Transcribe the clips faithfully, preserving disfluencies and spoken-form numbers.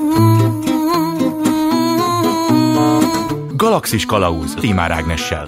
Galaxis Kalauz Tímár Ágnessel.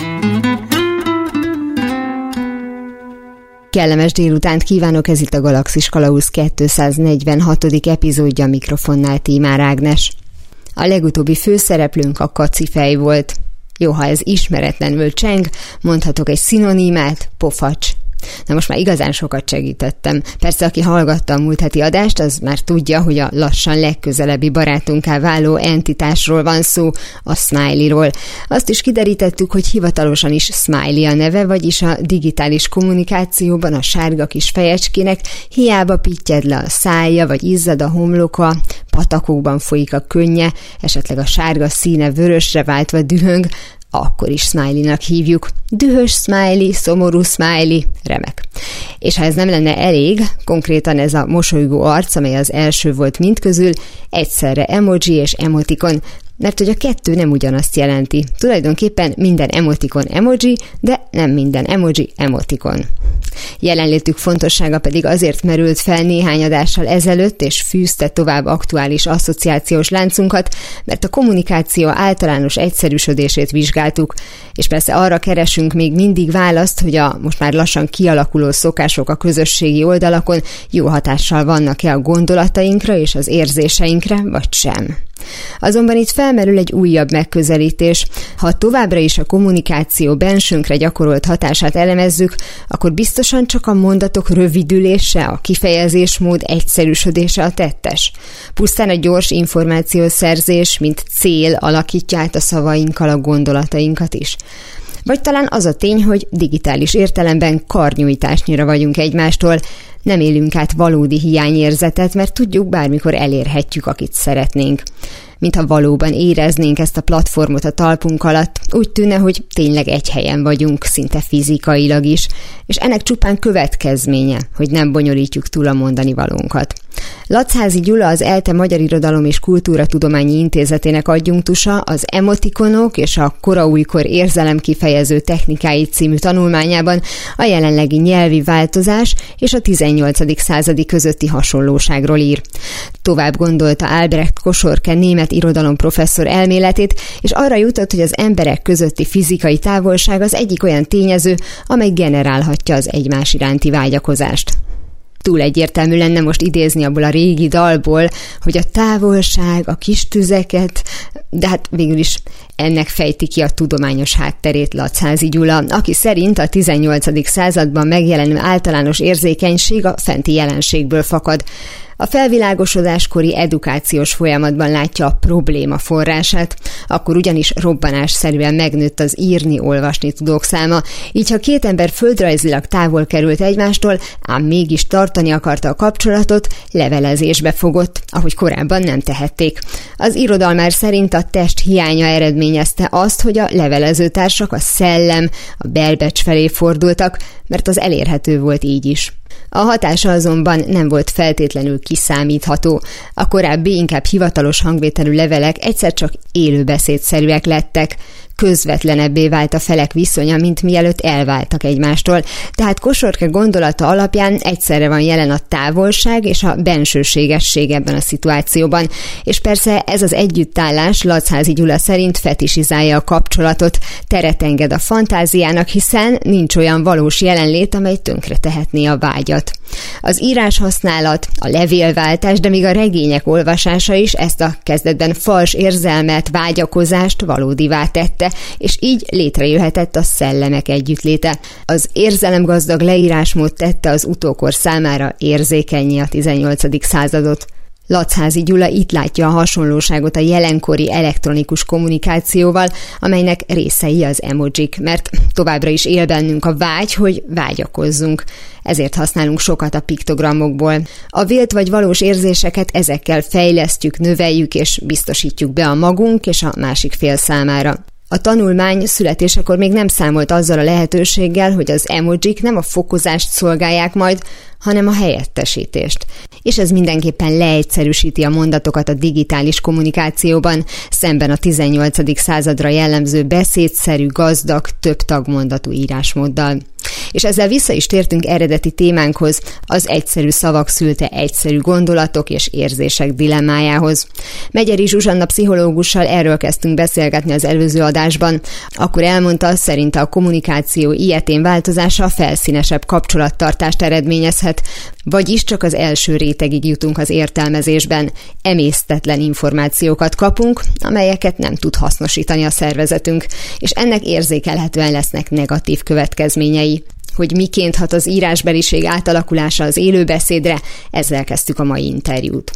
Kellemes délutánt kívánok, ez itt a Galaxis Kalauz kétszáznegyvenhatodik epizódja, mikrofonnál Tímár Ágnes. A legutóbbi főszereplőnk a kacifej volt. Jó, ha ez ismeretlenül cseng, mondhatok egy szinonimát, pofacs. Na most már igazán sokat segítettem. Persze, aki hallgatta a múlt heti adást, az már tudja, hogy a lassan legközelebbi barátunká váló entitásról van szó, a Smiley-ról. Azt is kiderítettük, hogy hivatalosan is Smiley a neve, vagyis a digitális kommunikációban a sárga kis fejecskének hiába pittyed le a szája, vagy izzad a homloka, patakokban folyik a könnye, esetleg a sárga színe vörösre váltva dühöng, akkor is Smiley-nak hívjuk. Dühös Smiley, szomorú Smiley, remek. És ha ez nem lenne elég, konkrétan ez a mosolygó arc, amely az első volt mindközül, egyszerre emoji és emotikon, mert hogy a kettő nem ugyanazt jelenti. Tulajdonképpen minden emotikon emoji, de nem minden emoji emotikon. Jelenlétük fontossága pedig azért merült fel néhány adással ezelőtt, és fűzte tovább aktuális asszociációs láncunkat, mert a kommunikáció általános egyszerűsödését vizsgáltuk, és persze arra keresünk még mindig választ, hogy a most már lassan kialakuló szokások a közösségi oldalakon jó hatással vannak-e a gondolatainkra és az érzéseinkre, vagy sem. Azonban itt felmerül egy újabb megközelítés. Ha továbbra is a kommunikáció bensőnkre gyakorolt hatását elemezzük, akkor biztosan csak a mondatok rövidülése, a kifejezésmód egyszerűsödése a tettes. Pusztán a gyors információszerzés, mint cél alakítja át a szavainkkal a gondolatainkat is. Vagy talán az a tény, hogy digitális értelemben karnyújtásnyira vagyunk egymástól, nem élünk át valódi hiányérzetet, mert tudjuk, bármikor elérhetjük, akit szeretnénk. Mintha valóban éreznénk ezt a platformot a talpunk alatt, úgy tűnne, hogy tényleg egy helyen vagyunk, szinte fizikailag is, és ennek csupán következménye, hogy nem bonyolítjuk túl a mondani valónkat. Lacházy Gyula, az ELTE Magyar Irodalom és Kultúratudományi Intézetének adjunktusa az Emotikonok és a koraújkor érzelemkifejező technikái című tanulmányában a jelenlegi nyelvi változás és a tizennyolcadik századi közötti hasonlóságról ír. Tovább gondolta Albrecht Kosorke német irodalomprofesszor elméletét, és arra jutott, hogy az emberek közötti fizikai távolság az egyik olyan tényező, amely generálhatja az egymás iránti vágyakozást. Túl egyértelmű lenne most idézni abból a régi dalból, hogy a távolság, a kis tüzeket, de hát végül is ennek fejti ki a tudományos hátterét Lacházy Gyula, aki szerint a tizennyolcadik században megjelenő általános érzékenység a fenti jelenségből fakad. A felvilágosodáskori edukációs folyamatban látja a probléma forrását, akkor ugyanis robbanásszerűen megnőtt az írni-olvasni tudók száma, így ha két ember földrajzilag távol került egymástól, ám mégis tartani akarta a kapcsolatot, levelezésbe fogott, ahogy korábban nem tehették. Az irodalmár szerint a test hiánya eredményezte azt, hogy a levelezőtársak a szellem, a belbecs felé fordultak, mert az elérhető volt így is. A hatása azonban nem volt feltétlenül kiszámítható. A korábbi, inkább hivatalos hangvételű levelek egyszer csak élőbeszédszerűek lettek. Közvetlenebbé vált a felek viszonya, mint mielőtt elváltak egymástól. Tehát Kosorke gondolata alapján egyszerre van jelen a távolság és a bensőségesség ebben a szituációban. És persze ez az együttállás Lacházy Gyula szerint fetisizálja a kapcsolatot, teret enged a fantáziának, hiszen nincs olyan valós jelenlét, amely tönkre tehetné a vágyat. Az írás használat, a levélváltás, de még a regények olvasása is ezt a kezdetben fals érzelmet, vágyakozást valódivá tette, és így létrejöhetett a szellemek együttléte. Az érzelemgazdag leírásmód tette az utókor számára érzékennyé a tizennyolcadik századot. Lacházy Gyula itt látja a hasonlóságot a jelenkori elektronikus kommunikációval, amelynek részei az emojik, mert továbbra is él bennünk a vágy, hogy vágyakozzunk. Ezért használunk sokat a piktogramokból. A vélt vagy valós érzéseket ezekkel fejlesztjük, növeljük és biztosítjuk be a magunk és a másik fél számára. A tanulmány születésekor még nem számolt azzal a lehetőséggel, hogy az emojik nem a fokozást szolgálják majd, hanem a helyettesítést. És ez mindenképpen leegyszerűsíti a mondatokat a digitális kommunikációban, szemben a tizennyolcadik századra jellemző beszédszerű, gazdag, több tagmondatú írásmóddal. És ezzel vissza is tértünk eredeti témánkhoz, az egyszerű szavak szülte egyszerű gondolatok és érzések dilemmájához. Megyeri Zsuzsanna pszichológussal erről kezdtünk beszélgetni az előző adásban. Akkor elmondta, szerinte a kommunikáció ilyetén változása felszínesebb kapcsolattartást eredményezhet, vagyis csak az első rétegig jutunk az értelmezésben. Emésztetlen információkat kapunk, amelyeket nem tud hasznosítani a szervezetünk, és ennek érzékelhetően lesznek negatív következményei. Hogy miként hat az írásbeliség átalakulása az élőbeszédre, ezzel kezdtük a mai interjút.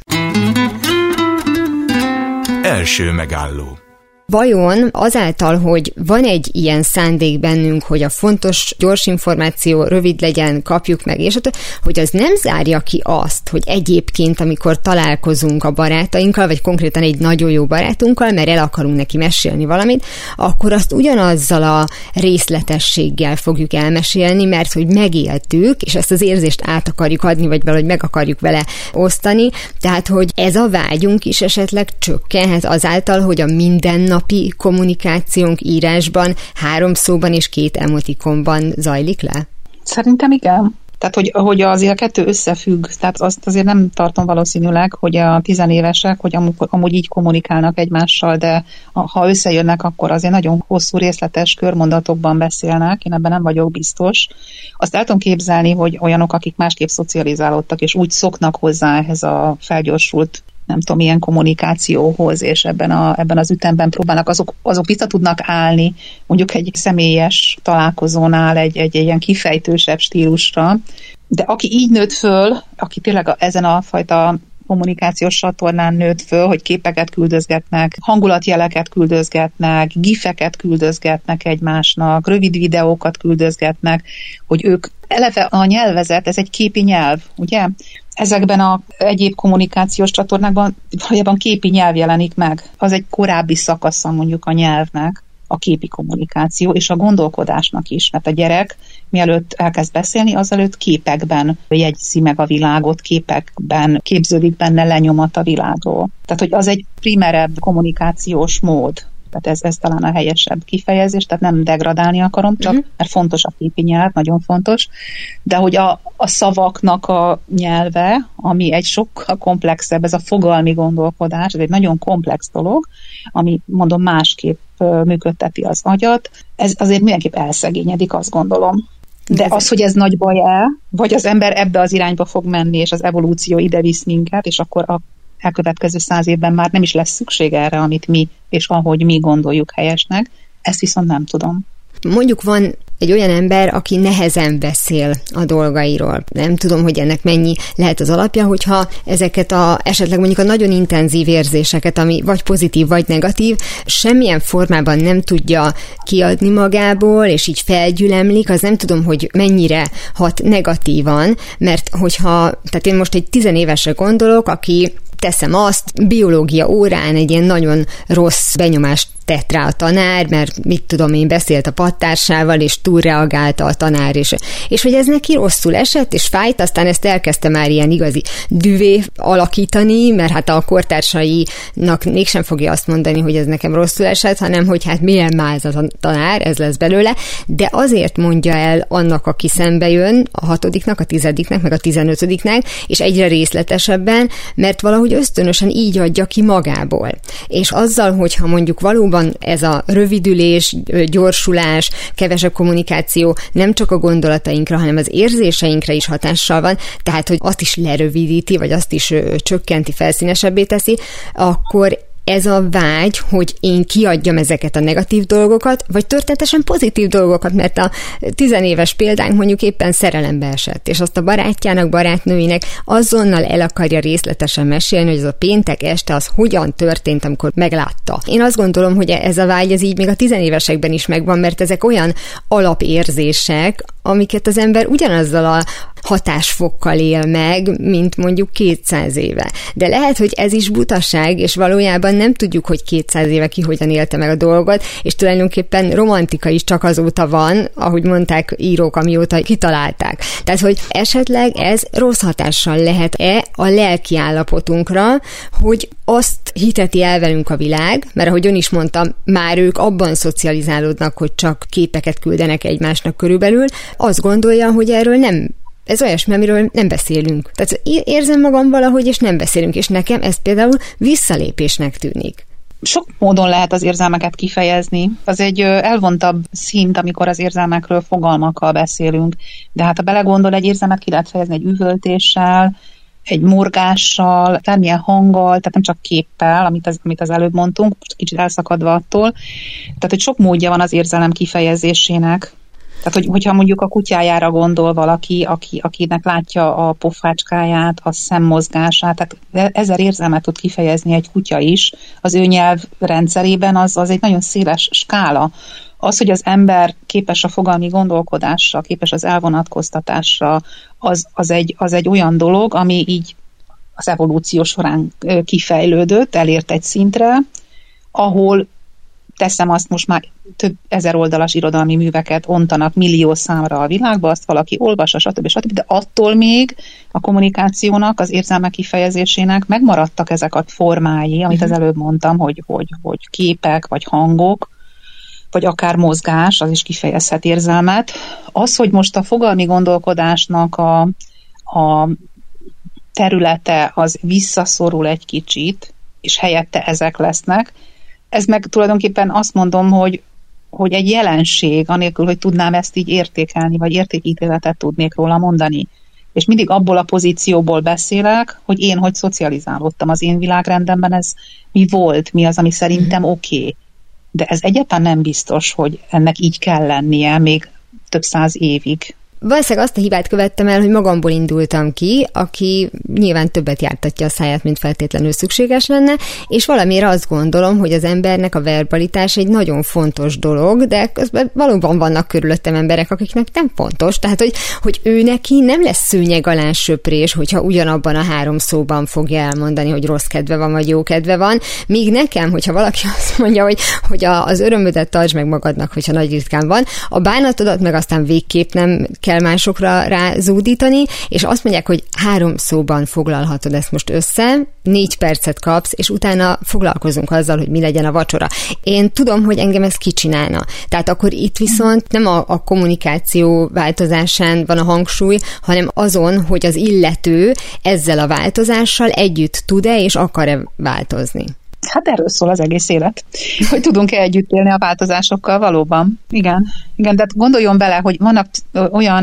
Első megálló. Vajon azáltal, hogy van egy ilyen szándék bennünk, hogy a fontos, gyors információ rövid legyen, kapjuk meg, és hogy az nem zárja ki azt, hogy egyébként, amikor találkozunk a barátainkkal, vagy konkrétan egy nagyon jó barátunkkal, mert el akarunk neki mesélni valamit, akkor azt ugyanazzal a részletességgel fogjuk elmesélni, mert hogy megéltük, és ezt az érzést át akarjuk adni, vagy valahogy meg akarjuk vele osztani. Tehát, hogy ez a vágyunk is esetleg csökkenhet azáltal, hogy a mindennapi napi kommunikációnk írásban három szóban és két emotikonban zajlik le? Szerintem igen. Tehát, hogy, hogy azért a kettő összefügg, tehát azt azért nem tartom valószínűleg, hogy a tizenévesek, hogy amúgy, amúgy így kommunikálnak egymással, de ha összejönnek, akkor azért nagyon hosszú részletes körmondatokban beszélnek, én ebben nem vagyok biztos. Azt el tudom képzelni, hogy olyanok, akik másképp szocializálódtak, és úgy szoknak hozzá ehhez a felgyorsult nem tudom, milyen kommunikációhoz, és ebben, a, ebben az ütemben próbálnak, azok, azok vissza tudnak állni, mondjuk egy személyes találkozónál egy, egy, egy ilyen kifejtősebb stílusra, de aki így nőtt föl, aki tényleg ezen a fajta kommunikációs csatornán nőtt föl, hogy képeket küldözgetnek, hangulatjeleket küldözgetnek, gifeket küldözgetnek egymásnak, rövid videókat küldözgetnek, hogy ők eleve a nyelvezet, ez egy képi nyelv, ugye? Ezekben az egyéb kommunikációs csatornákban valójában képi nyelv jelenik meg. Az egy korábbi szakasza mondjuk a nyelvnek, a képi kommunikáció, és a gondolkodásnak is. Mert a gyerek, mielőtt elkezd beszélni, azelőtt képekben jegyzi meg a világot, képekben képződik benne lenyomat a világról. Tehát, hogy az egy primerebb kommunikációs mód. Tehát ez, ez talán a helyesebb kifejezés, tehát nem degradálni akarom, csak uh-huh. mert fontos a képi nyelv, nagyon fontos, de hogy a, a szavaknak a nyelve, ami egy sokkal komplexebb, ez a fogalmi gondolkodás, ez egy nagyon komplex dolog, ami mondom másképp működteti az agyat, ez azért mindenképp elszegényedik, azt gondolom. De az, hogy ez nagy baj-e, vagy az ember ebbe az irányba fog menni, és az evolúció ide visz minket, és akkor a elkövetkező száz évben már nem is lesz szükség erre, amit mi, és ahogy mi gondoljuk helyesnek. Ezt viszont nem tudom. Mondjuk van egy olyan ember, aki nehezen beszél a dolgairól. Nem tudom, hogy ennek mennyi lehet az alapja, hogyha ezeket a, esetleg mondjuk a nagyon intenzív érzéseket, ami vagy pozitív, vagy negatív, semmilyen formában nem tudja kiadni magából, és így felgyülemlik, az nem tudom, hogy mennyire hat negatívan, mert hogyha, tehát én most egy tizenévesre gondolok, aki teszem azt, biológia órán egy ilyen nagyon rossz benyomást tett rá a tanár, mert mit tudom én, beszélt a padtársával, és túlreagálta a tanár, és, és hogy ez neki rosszul esett, és fájt, aztán ezt elkezdte már ilyen igazi düvé alakítani, mert hát a kortársainak mégsem fogja azt mondani, hogy ez nekem rosszul esett, hanem hogy hát milyen máz a tanár, ez lesz belőle, de azért mondja el annak, aki szembe jön, a hatodiknak, a tizediknek, meg a tizenötödiknek, és egyre részletesebben, mert valahogy ösztönösen így adja ki magából. És azzal, hogyha mondjuk valóban ez a rövidülés, gyorsulás, kevesebb kommunikáció nem csak a gondolatainkra, hanem az érzéseinkre is hatással van, tehát, hogy azt is lerövidíti, vagy azt is csökkenti, felszínesebbé teszi, akkor ez a vágy, hogy én kiadjam ezeket a negatív dolgokat, vagy történetesen pozitív dolgokat, mert a tizenéves példánk mondjuk éppen szerelembe esett, és azt a barátjának, barátnőinek azonnal el akarja részletesen mesélni, hogy az a péntek este az hogyan történt, amikor meglátta. Én azt gondolom, hogy ez a vágy, ez így még a tizenévesekben is megvan, mert ezek olyan alapérzések, amiket az ember ugyanazzal a hatásfokkal él meg, mint mondjuk kétszáz éve. De lehet, hogy ez is butaság, és valójában nem tudjuk, hogy kétszáz éve ki hogyan élte meg a dolgot, és tulajdonképpen romantika is csak azóta van, ahogy mondták írók, amióta kitalálták. Tehát, hogy esetleg ez rossz hatással lehet-e a lelki állapotunkra, hogy azt hiteti el velünk a világ, mert ahogy ön is mondta, már ők abban szocializálódnak, hogy csak képeket küldenek egymásnak körülbelül, azt gondolja, hogy erről nem, ez olyasmi, amiről nem beszélünk. Tehát érzem magam valahogy, és nem beszélünk, és nekem ez például visszalépésnek tűnik. Sok módon lehet az érzelmeket kifejezni. Az egy elvontabb szint, amikor az érzelmekről fogalmakkal beszélünk. De hát ha belegondol, egy érzelmet ki lehet fejezni egy üvöltéssel, egy morgással, bármilyen hanggal, tehát nem csak képpel, amit az, amit az előbb mondtunk, most kicsit elszakadva attól. Tehát, hogy sok módja van az érzelem kifejezésének. Tehát, hogy, hogyha mondjuk a kutyájára gondol valaki, aki, akinek látja a pofácskáját, a szemmozgását, tehát ezer érzelmet tud kifejezni egy kutya is. Az ő nyelvrendszerében az, az egy nagyon széles skála. Az, hogy az ember képes a fogalmi gondolkodásra, képes az elvonatkoztatásra, az, az, egy, az egy olyan dolog, ami így az evolúció során kifejlődött, elért egy szintre, ahol teszem azt, most már több ezer oldalas irodalmi műveket ontanak millió számra a világba, azt valaki olvassa, stb. stb. De attól még a kommunikációnak, az érzelmek kifejezésének megmaradtak ezek a formái, amit az előbb mondtam, hogy, hogy, hogy képek, vagy hangok, vagy akár mozgás, az is kifejezhet érzelmet. Az, hogy most a fogalmi gondolkodásnak a, a területe az visszaszorul egy kicsit, és helyette ezek lesznek, ez meg tulajdonképpen azt mondom, hogy, hogy egy jelenség, anélkül, hogy tudnám ezt így értékelni, vagy értékítéletet tudnék róla mondani. És mindig abból a pozícióból beszélek, hogy én hogy szocializálódtam az én világrendemben, ez mi volt, mi az, ami szerintem oké. Okay. De ez egyáltalán nem biztos, hogy ennek így kell lennie még több száz évig. Valószínűleg azt a hibát követtem el, hogy magamból indultam ki, aki nyilván többet jártatja a száját, mint feltétlenül szükséges lenne, és valamiért azt gondolom, hogy az embernek a verbalitás egy nagyon fontos dolog, de közben valóban vannak körülöttem emberek, akiknek nem fontos, tehát hogy, hogy ő neki nem lesz szőnyeg alá söprés, hogyha ugyanabban a három szóban fogja elmondani, hogy rossz kedve van, vagy jó kedve van, míg nekem, hogyha valaki azt mondja, hogy, hogy a, az örömödet tartsd meg magadnak, hogyha nagy ritkán van, a bánatodat meg aztán végképp nem kell másokra rázúdítani, és azt mondják, hogy három szóban foglalhatod ezt most össze, négy percet kapsz, és utána foglalkozunk azzal, hogy mi legyen a vacsora. Én tudom, hogy engem ez kicsinálna. Tehát akkor itt viszont nem a, a kommunikáció változásán van a hangsúly, hanem azon, hogy az illető ezzel a változással együtt tud-e és akar-e változni. Hát erről szól az egész élet, hogy tudunk-e együtt élni a változásokkal valóban. Igen, igen, de gondoljon bele, hogy vannak olyan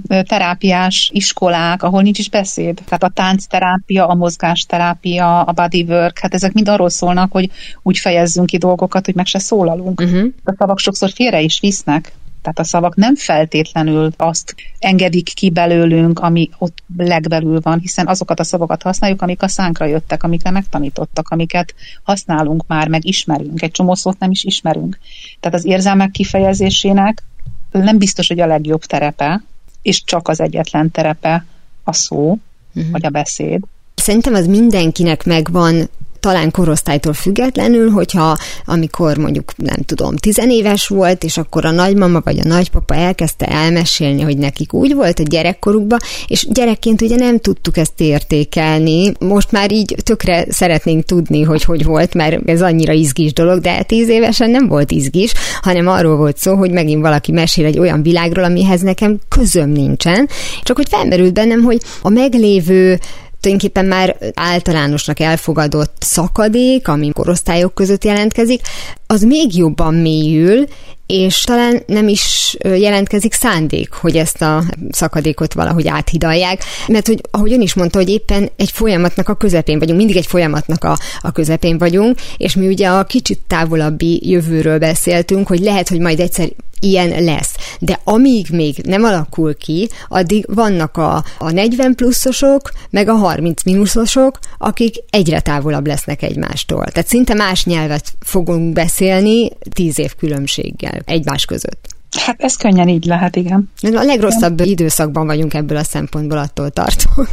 terápiás iskolák, ahol nincs is beszéd. Tehát a táncterápia, a mozgásterápia, a bodywork, hát ezek mind arról szólnak, hogy úgy fejezzünk ki dolgokat, hogy meg se szólalunk. Uh-huh. A szavak sokszor félre is visznek. Tehát a szavak nem feltétlenül azt engedik ki belőlünk, ami ott legbelül van, hiszen azokat a szavakat használjuk, amik a szánkra jöttek, amikre megtanítottak, amiket használunk már, meg ismerünk. Egy csomó szót nem is ismerünk. Tehát az érzelmek kifejezésének nem biztos, hogy a legjobb terepe, és csak az egyetlen terepe a szó, uh-huh. vagy a beszéd. Szerintem az mindenkinek megvan, talán korosztálytól függetlenül, hogyha amikor mondjuk, nem tudom, tizenéves volt, és akkor a nagymama vagy a nagypapa elkezdte elmesélni, hogy nekik úgy volt a gyerekkorukban, és gyerekként ugye nem tudtuk ezt értékelni. Most már így tökre szeretnénk tudni, hogy hogy volt, mert ez annyira izgis dolog, de tíz évesen nem volt izgis, hanem arról volt szó, hogy megint valaki mesél egy olyan világról, amihez nekem közöm nincsen. Csak hogy felmerült bennem, hogy a meglévő tulajdonképpen már általánosnak elfogadott szakadék, ami korosztályok között jelentkezik, az még jobban mélyül, és talán nem is jelentkezik szándék, hogy ezt a szakadékot valahogy áthidalják, mert hogy, ahogy ön is mondta, hogy éppen egy folyamatnak a közepén vagyunk, mindig egy folyamatnak a, a közepén vagyunk, és mi ugye a kicsit távolabbi jövőről beszéltünk, hogy lehet, hogy majd egyszer ilyen lesz. De amíg még nem alakul ki, addig vannak a, a negyven pluszosok, meg a harminc mínuszosok, akik egyre távolabb lesznek egymástól. Tehát szinte más nyelvet fogunk beszélni tíz év különbséggel egymás között. Hát ez könnyen így lehet, igen. A legrosszabb igen. időszakban vagyunk ebből a szempontból, attól tartok.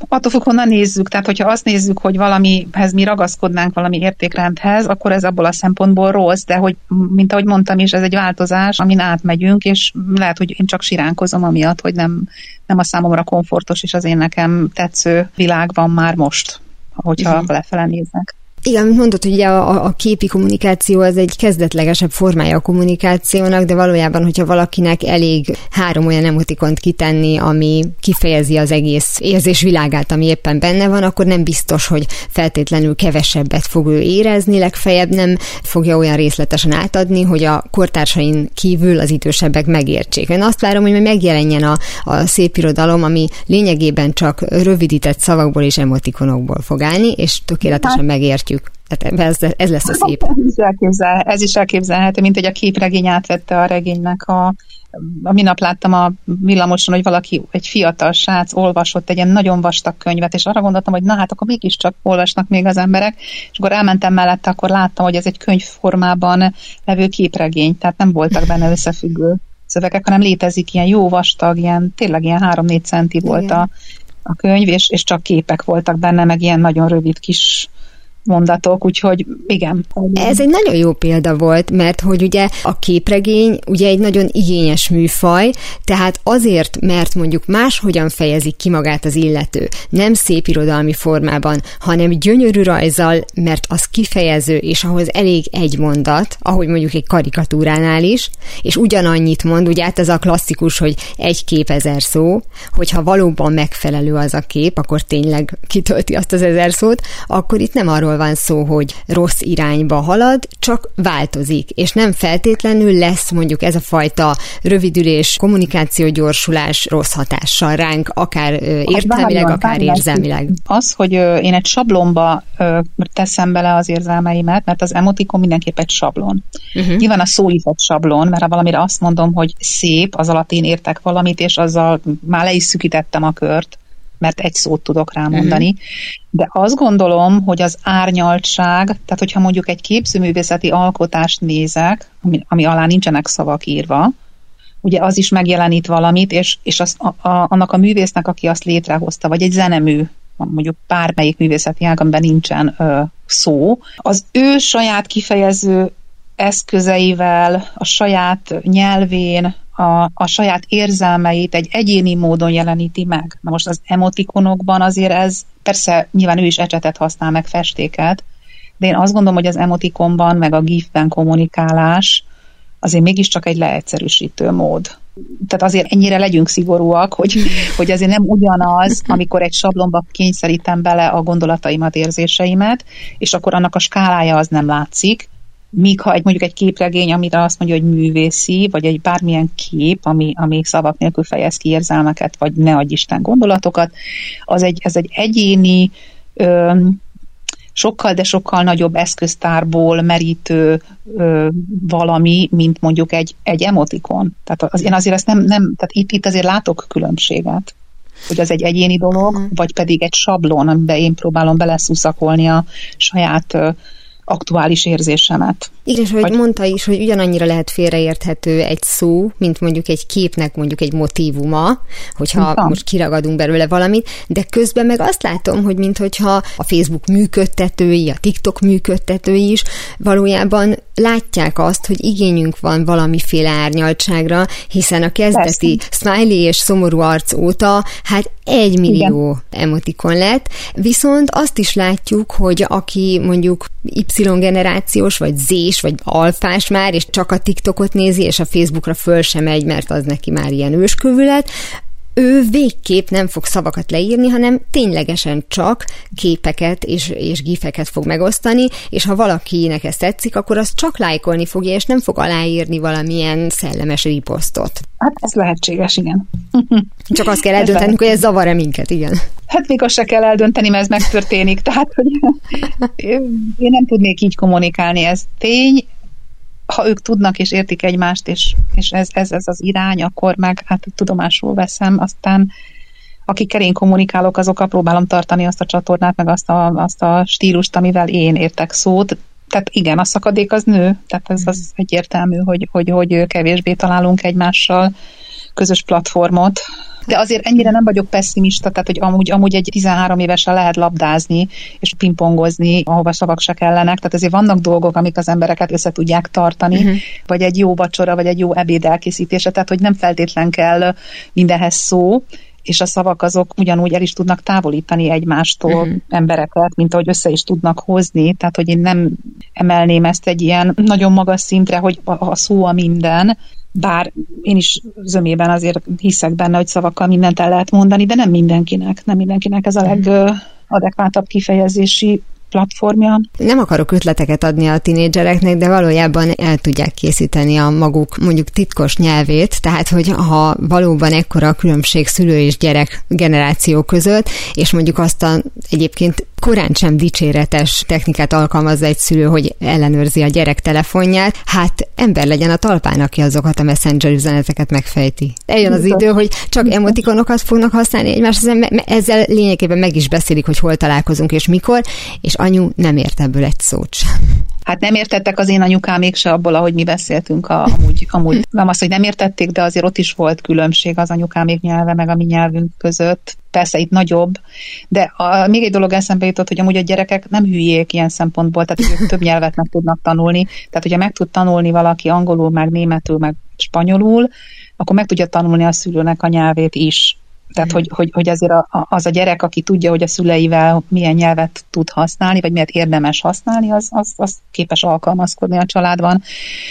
attól függ, honnan nézzük. Tehát, hogyha azt nézzük, hogy valamihez mi ragaszkodnánk, valami értékrendhez, akkor ez abból a szempontból rossz, de hogy, mint ahogy mondtam is, ez egy változás, amin átmegyünk, és lehet, hogy én csak siránkozom amiatt, hogy nem, nem a számomra komfortos, és az én nekem tetsző világ van már most, hogyha uh-huh. lefele néznek. Igen, mint mondod, hogy ugye a, a képi kommunikáció az egy kezdetlegesebb formája a kommunikációnak, de valójában, hogyha valakinek elég három olyan emotikont kitenni, ami kifejezi az egész érzésvilágát, ami éppen benne van, akkor nem biztos, hogy feltétlenül kevesebbet fog ő érezni, legfeljebb nem fogja olyan részletesen átadni, hogy a kortársain kívül az idősebbek megértsék. Én azt várom, hogy megjelenjen a, a szép irodalom, ami lényegében csak rövidített szavakból és emotikonokból fog állni, és tökéletesen megértjük. Tehát ez, ez lesz a szép. Ez is, elképzel, ez is elképzelhető, mint hogy a képregény átvette a regénynek a, a minap láttam a villamoson, hogy valaki, egy fiatal srác olvasott egy ilyen nagyon vastag könyvet, és arra gondoltam, hogy na hát akkor mégiscsak olvasnak még az emberek, és akkor elmentem mellette, akkor láttam, hogy ez egy könyvformában levő képregény, tehát nem voltak benne összefüggő szövegek, hanem létezik ilyen jó vastag, ilyen, tényleg ilyen három-négy centi volt a, a könyv, és, és csak képek voltak benne, meg ilyen nagyon rövid kis mondatok, úgyhogy igen. Ez egy nagyon jó példa volt, mert hogy ugye a képregény ugye egy nagyon igényes műfaj, tehát azért, mert mondjuk máshogyan fejezik ki magát az illető, nem szép irodalmi formában, hanem gyönyörű rajzzal, mert az kifejező, és ahhoz elég egy mondat, ahogy mondjuk egy karikatúránál is, és ugyanannyit mond, ugye hát ez a klasszikus, hogy egy kép ezer szó, hogyha valóban megfelelő az a kép, akkor tényleg kitölti azt az ezer szót, akkor itt nem arról van szó, hogy rossz irányba halad, csak változik, és nem feltétlenül lesz mondjuk ez a fajta rövidülés, kommunikációgyorsulás rossz hatással ránk, akár értelmileg, akár érzelmileg. Az, hogy én egy sablonba teszem bele az érzelmeimet, mert az emotikon mindenképp egy sablon. Uh-huh. Nyilván a szó is egy sablon, mert ha valamire azt mondom, hogy szép, az alatt én értek valamit, és azzal már le is szűkítettem a kört, mert egy szót tudok rámondani. Uh-huh. De azt gondolom, hogy az árnyaltság, tehát hogyha mondjuk egy képzőművészeti alkotást nézek, ami, ami alá nincsenek szavak írva, ugye az is megjelenít valamit, és, és az, a, a, annak a művésznek, aki azt létrehozta, vagy egy zenemű, mondjuk bármelyik művészeti ág, amiben nincsen ö, szó, az ő saját kifejező eszközeivel, a saját nyelvén, A, a saját érzelmeit egy egyéni módon jeleníti meg. Na most az emotikonokban azért ez, persze nyilván ő is ecsetet használ, meg festéket, de én azt gondolom, hogy az emotikonban, meg a gifben kommunikálás azért mégiscsak egy leegyszerűsítő mód. Tehát azért ennyire legyünk szigorúak, hogy, hogy azért nem ugyanaz, amikor egy sablonba kényszerítem bele a gondolataimat, érzéseimet, és akkor annak a skálája az nem látszik, míg ha egy, mondjuk egy képregény, amire azt mondja, hogy művészi, vagy egy bármilyen kép, ami, ami szavak nélkül fejez ki érzelmeket, vagy ne adj Isten gondolatokat, az egy, ez egy egyéni, ö, sokkal, de sokkal nagyobb eszköztárból merítő ö, valami, mint mondjuk egy, egy emotikon. Tehát az, én azért ezt nem, nem tehát itt, itt azért látok különbséget, hogy az egy egyéni dolog, mm. vagy pedig egy sablon, amiben én próbálom beleszuszakolni a saját ö, aktuális érzésemet. Igen, és ahogy mondta is, hogy ugyanannyira lehet félreérthető egy szó, mint mondjuk egy képnek mondjuk egy motívuma, hogyha Van. most kiragadunk belőle valamit, de közben meg azt látom, hogy minthogyha a Facebook működtetői, a TikTok működtetői is valójában látják azt, hogy igényünk van valamiféle árnyaltságra, hiszen a kezdeti Persze. smiley és szomorú arc óta hát egy millió Igen. emotikon lett, viszont azt is látjuk, hogy aki mondjuk Y-generációs, vagy Z-s, vagy alfás már, és csak a TikTokot nézi, és a Facebookra föl sem megy, mert az neki már ilyen őskövület, ő végképp nem fog szavakat leírni, hanem ténylegesen csak képeket és, és gifeket fog megosztani, és ha valakinek ez tetszik, akkor azt csak lájkolni fogja, és nem fog aláírni valamilyen szellemes riposztot. Hát ez lehetséges, igen. Csak azt kell eldöntenünk, hogy ez zavar-e minket, igen. Hát még azt se kell eldönteni, mert ez megtörténik, tehát hogy én nem tudnék így kommunikálni, ez tény. Ha ők tudnak és értik egymást, és, és ez, ez, ez az irány, akkor meg hát tudomásul veszem, aztán akikkel én kommunikálok, azokkal próbálom tartani azt a csatornát, meg azt a, azt a stílust, amivel én értek szót. Tehát igen, a szakadék az nő, tehát ez az egyértelmű, hogy, hogy, hogy kevésbé találunk egymással közös platformot. De azért ennyire nem vagyok pessimista, tehát hogy amúgy, amúgy egy tizenhárom évesen lehet labdázni és pingpongozni, ahova szavak se kellenek, tehát azért vannak dolgok, amik az embereket össze tudják tartani, uh-huh. vagy egy jó vacsora, vagy egy jó ebéd elkészítése, tehát hogy nem feltétlen kell mindenhez szó, és a szavak azok ugyanúgy el is tudnak távolítani egymástól uh-huh. embereket, mint ahogy össze is tudnak hozni, tehát hogy én nem emelném ezt egy ilyen nagyon magas szintre, hogy a szó a minden, bár én is zömében azért hiszek benne, hogy szavakkal mindent el lehet mondani, de nem mindenkinek, nem mindenkinek ez a legadekvátabb kifejezési platformja. Nem akarok ötleteket adni a tinédzsereknek, de valójában el tudják készíteni a maguk mondjuk titkos nyelvét, tehát hogy ha valóban ekkora a különbség szülő és gyerek generáció között, és mondjuk azt a egyébként korán sem dicséretes technikát alkalmazza egy szülő, hogy ellenőrzi a gyerek telefonját, hát ember legyen a talpán, aki azokat a messenger üzeneteket megfejti. Eljön az idő, hogy csak emotikonokat fognak használni egymáshoz, ezzel lényegében meg is beszélik, hogy hol találkozunk és mikor, és anyu nem ért ebből egy szót sem. Hát nem értettek az én anyukámék se abból, ahogy mi beszéltünk, a, amúgy, amúgy nem azt, hogy nem értették, de azért ott is volt különbség az anyukámék nyelve, meg a mi nyelvünk között. Persze itt nagyobb, de a, még egy dolog eszembe jutott, hogy amúgy a gyerekek nem hülyék ilyen szempontból, tehát ők több nyelvet meg tudnak tanulni, tehát hogyha meg tud tanulni valaki angolul, meg németül, meg spanyolul, akkor meg tudja tanulni a szülőnek a nyelvét is. Tehát, hogy, hogy, hogy azért a, az a gyerek, aki tudja, hogy a szüleivel milyen nyelvet tud használni, vagy miért érdemes használni, az, az, az képes alkalmazkodni a családban.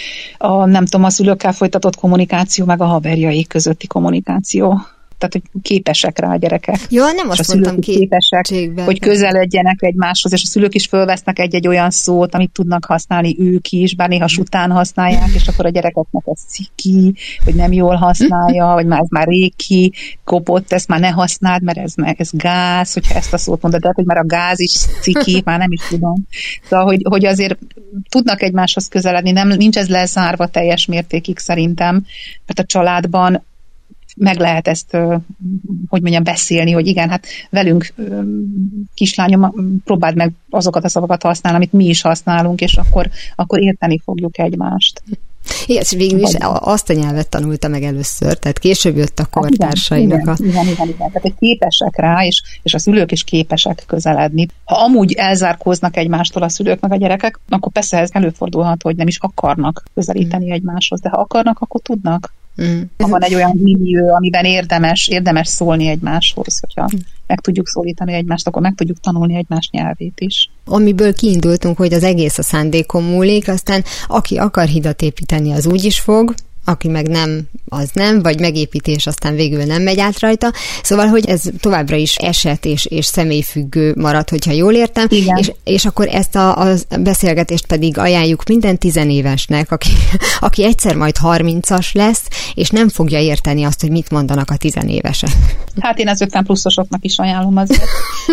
A, nem tudom, a szülőkkel folytatott kommunikáció, meg a haverjaik közötti kommunikáció. Tehát, hogy képesek rá a gyerekek. Jó, nem azt mondtam képesek, hogy közeledjenek egymáshoz, és a szülők is fölvesznek egy-egy olyan szót, amit tudnak használni ők is, bár néha sután használják, és akkor a gyerekeknek ez ciki, hogy nem jól használja, vagy már ez már régi, kopott, ezt már ne használd, mert ez, ez gáz, hogyha ezt a szót mondod, de hogy már a gáz is ciki, már nem is tudom. Szóval, hogy, hogy azért tudnak egymáshoz közeledni, nem, nincs ez lezárva teljes mértékig szerintem, mert a családban meg lehet ezt, hogy mondjam, beszélni, hogy igen, hát velünk, kislányom, próbáld meg azokat a szavakat használni, amit mi is használunk, és akkor, akkor érteni fogjuk egymást. Igen, és végül is azt a nyelvet tanulta meg először, tehát később jött a kortársainak. Igen, a... igen, igen, igen. Tehát képesek rá, és, és a szülők is képesek közeledni. Ha amúgy elzárkóznak egymástól a szülők meg a gyerekek, akkor persze ez előfordulhat, hogy nem is akarnak közelíteni mm. egymáshoz, de ha akarnak, akkor tudnak. Mm. Ha van egy olyan millió, amiben érdemes, érdemes szólni egymáshoz, hogyha mm. meg tudjuk szólítani egymást, akkor meg tudjuk tanulni egymás nyelvét is. Amiből kiindultunk, hogy az egész a szándékon múlik, aztán aki akar hidat építeni, az úgy is fog, aki meg nem, az nem, vagy megépítés, aztán végül nem megy át rajta. Szóval, hogy ez továbbra is eset és, és személyfüggő marad, hogyha jól értem, és, és akkor ezt a, a beszélgetést pedig ajánljuk minden tizenévesnek, aki, aki egyszer majd harmincas lesz, és nem fogja érteni azt, hogy mit mondanak a tizenévesek. Hát én az ötven pluszosoknak is ajánlom azért.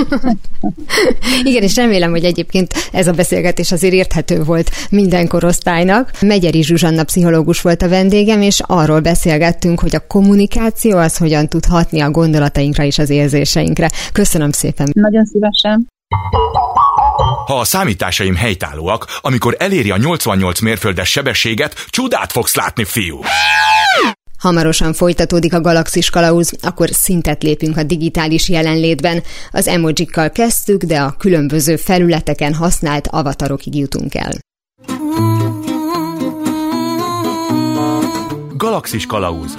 Igen, és remélem, hogy egyébként ez a beszélgetés azért érthető volt minden korosztálynak. Megyeri Zsuzsanna pszichológus volt a vendégem, és arról beszélgettünk, hogy a kommunikáció az hogyan tud hatni a gondolatainkra és az érzéseinkre. Köszönöm szépen. Nagyon szívesen. Ha a számításaim helytállóak, amikor eléri a nyolcvannyolc mérföldes sebességet, csodát fogsz látni, fiú! Hamarosan folytatódik a Galaxis Kalauz, akkor szintet lépünk a digitális jelenlétben. Az emojikkal kezdtük, de a különböző felületeken használt avatarokig jutunk el. Galaxis Kalauz.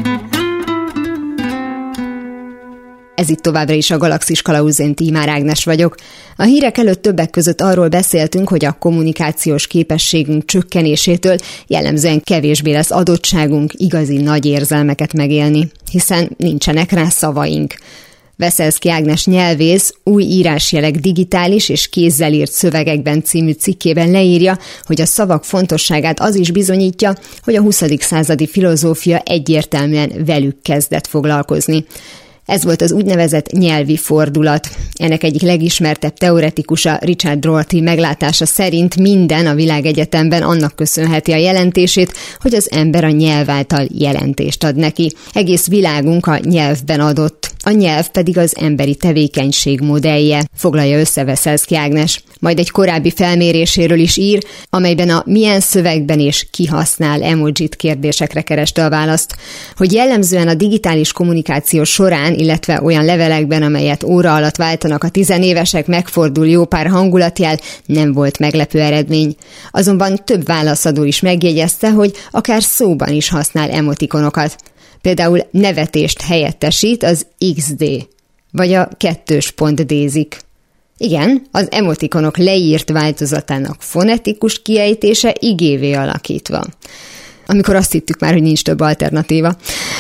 Ez itt továbbra is a Galaxis Kalauz, én Tímár Ágnes vagyok. A hírek előtt többek között arról beszéltünk, hogy a kommunikációs képességünk csökkenésétől jellemzően kevésbé lesz adottságunk igazi nagy érzelmeket megélni, hiszen nincsenek rá szavaink. Veszelszky Ágnes nyelvész új írásjelek digitális és kézzel írt szövegekben című cikkében leírja, hogy a szavak fontosságát az is bizonyítja, hogy a huszadik századi filozófia egyértelműen velük kezdett foglalkozni. Ez volt az úgynevezett nyelvi fordulat. Ennek egyik legismertebb teoretikusa, Richard Rorty meglátása szerint minden a világegyetemben annak köszönheti a jelentését, hogy az ember a nyelv által jelentést ad neki. Egész világunk a nyelvben adott. A nyelv pedig az emberi tevékenység modellje, foglalja össze Veszelszky Ágnes. Majd egy korábbi felméréséről is ír, amelyben a milyen szövegben és ki használ emojit kérdésekre kereste a választ. Hogy jellemzően a digitális kommunikáció során, illetve olyan levelekben, amelyet óra alatt váltanak a tizenévesek, megfordul jó pár hangulatjel, nem volt meglepő eredmény. Azonban több válaszadó is megjegyezte, hogy akár szóban is használ emotikonokat. Például nevetést helyettesít az iksz dé, vagy a kettős pont dézik. Igen, az emotikonok leírt változatának fonetikus kiejtése igévé alakítva. Amikor azt hittük már, hogy nincs több alternatíva.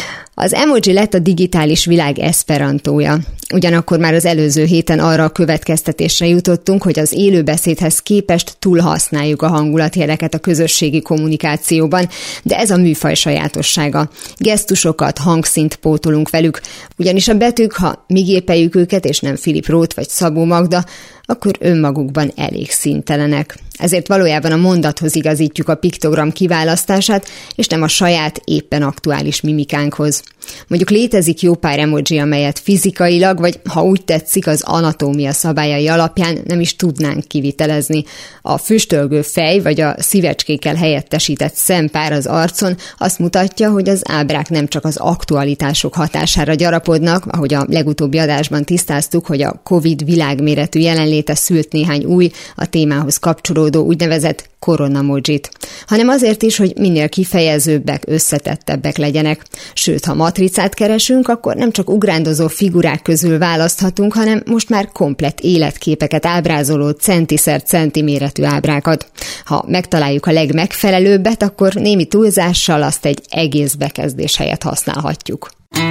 Az emoji lett a digitális világ eszperantója. Ugyanakkor már az előző héten arra a következtetésre jutottunk, hogy az élőbeszédhez képest túlhasználjuk a hangulatjeleket a közösségi kommunikációban, de ez a műfaj sajátossága. Gesztusokat, hangszínt pótolunk velük, ugyanis a betűk, ha mi gépeljük őket, és nem Philip Roth vagy Szabó Magda, akkor önmagukban elég színtelenek. Ezért valójában a mondathoz igazítjuk a piktogram kiválasztását, és nem a saját éppen aktuális mimikánkhoz. Mondjuk létezik jó pár emoji, amelyet fizikailag, vagy ha úgy tetszik, az anatómia szabályai alapján nem is tudnánk kivitelezni. A füstölgő fej, vagy a szívecskékkel helyettesített szempár az arcon azt mutatja, hogy az ábrák nem csak az aktualitások hatására gyarapodnak, ahogy a legutóbbi adásban tisztáztuk, hogy a Covid világméretű jelenléte szült néhány új, a témához kapcsolódó úgynevezett koronamojit, hanem azért is, hogy minél kifejezőbbek, összetettebbek legyenek. Sőt, ha matricát keresünk, akkor nem csak ugrándozó figurák közül választhatunk, hanem most már komplett életképeket ábrázoló centiszer centi méretű ábrákat. Ha megtaláljuk a legmegfelelőbbet, akkor némi túlzással azt egy egész bekezdés helyett használhatjuk.